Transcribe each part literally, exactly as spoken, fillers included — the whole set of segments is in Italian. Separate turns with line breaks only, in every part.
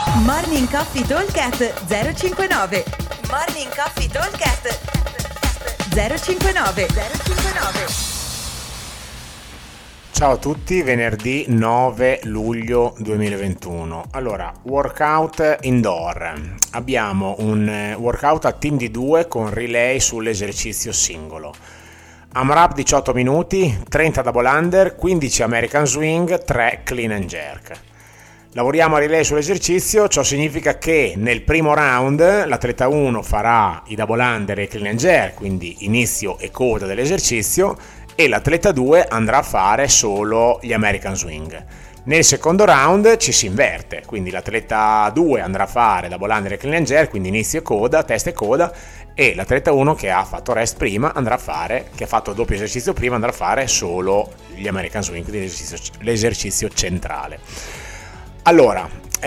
Morning Coffee Talkcast zero cinquantanove. Morning Coffee Talkcast zero cinquantanove. zero cinquantanove.
Ciao a tutti, venerdì nove luglio duemilaventuno. Allora, workout indoor. Abbiamo un workout a team di due con relay sull'esercizio singolo. AMRAP diciotto minuti, trenta double under, quindici American swing, tre clean and jerk. Lavoriamo a relay sull'esercizio, ciò significa che nel primo round l'atleta uno farà i double under e clean and jerk, quindi inizio e coda dell'esercizio, e l'atleta due andrà a fare solo gli American swing. Nel secondo round ci si inverte, quindi l'atleta due andrà a fare double under e clean and jerk, quindi inizio e coda, testa e coda, e l'atleta uno che ha fatto rest prima andrà a fare, che ha fatto doppio esercizio prima, andrà a fare solo gli American swing, quindi l'esercizio, l'esercizio centrale. Allora,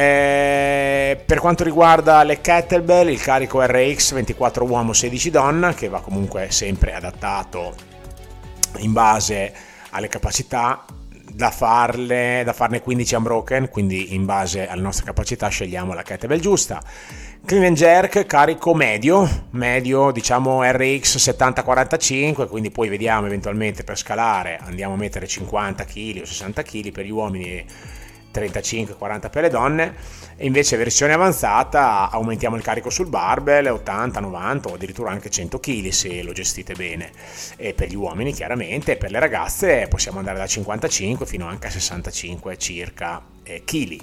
eh, per quanto riguarda le kettlebell, il carico R X ventiquattro uomo sedici donna, che va comunque sempre adattato in base alle capacità, da farle da farne quindici unbroken, quindi in base alle nostre capacità scegliamo la kettlebell giusta. Clean and jerk, carico medio, medio diciamo R X settanta quarantacinque, quindi poi vediamo eventualmente per scalare, andiamo a mettere cinquanta chili o sessanta chili per gli uomini e trentacinque quaranta per le donne, e invece versione avanzata aumentiamo il carico sul barbell ottanta novanta o addirittura anche cento chili se lo gestite bene, e per gli uomini chiaramente, e per le ragazze possiamo andare da cinquantacinque fino anche a sessantacinque circa eh, chili.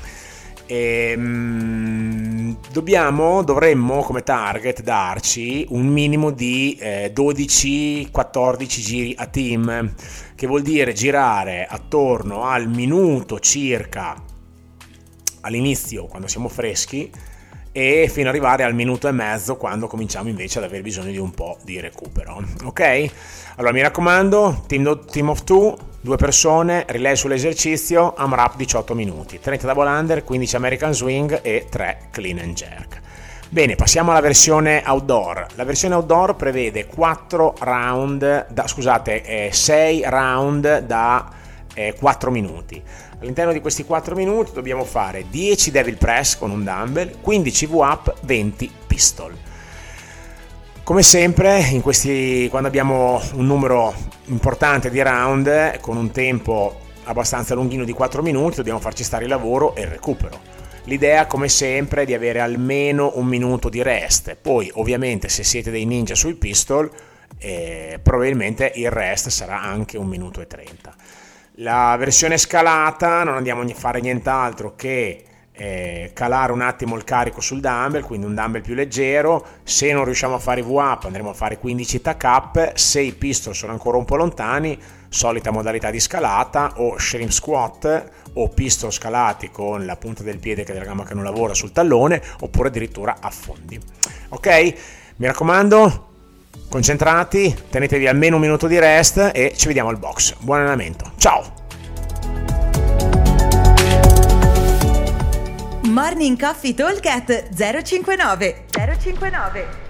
E, mh, dobbiamo dovremmo come target darci un minimo di eh, dodici quattordici giri a team, che vuol dire girare attorno al minuto circa all'inizio quando siamo freschi e fino ad arrivare al minuto e mezzo quando cominciamo invece ad aver bisogno di un po' di recupero. Ok? Allora mi raccomando, team, team of two, due persone, relay sull'esercizio, AMRAP diciotto minuti, trenta double under, quindici American swing e tre clean and jerk. Bene, passiamo alla versione outdoor. La versione outdoor prevede quattro round, da, scusate, eh, sei round da eh, quattro minuti. All'interno di questi quattro minuti dobbiamo fare dieci devil press con un dumbbell, quindici V-up, venti pistol. Come sempre, in questi, quando abbiamo un numero importante di round con un tempo abbastanza lunghino di quattro minuti, dobbiamo farci stare il lavoro e il recupero. L'idea, come sempre, è di avere almeno un minuto di rest. Poi, ovviamente, se siete dei ninja sui pistol, eh, probabilmente il rest sarà anche un minuto e trenta. La versione scalata non andiamo a fare nient'altro che eh, calare un attimo il carico sul dumbbell, quindi un dumbbell più leggero. Se non riusciamo a fare V-up andremo a fare quindici tac-up. Se i pistol sono ancora un po' lontani, solita modalità di scalata o shrimp squat o pistol scalati con la punta del piede che della gamba che non lavora sul tallone, oppure addirittura affondi. Ok? Mi raccomando, concentrati, tenetevi almeno un minuto di rest e ci vediamo al box. Buon allenamento, ciao!
Morning Coffee Talkcast zero cinquantanove. zero cinquantanove.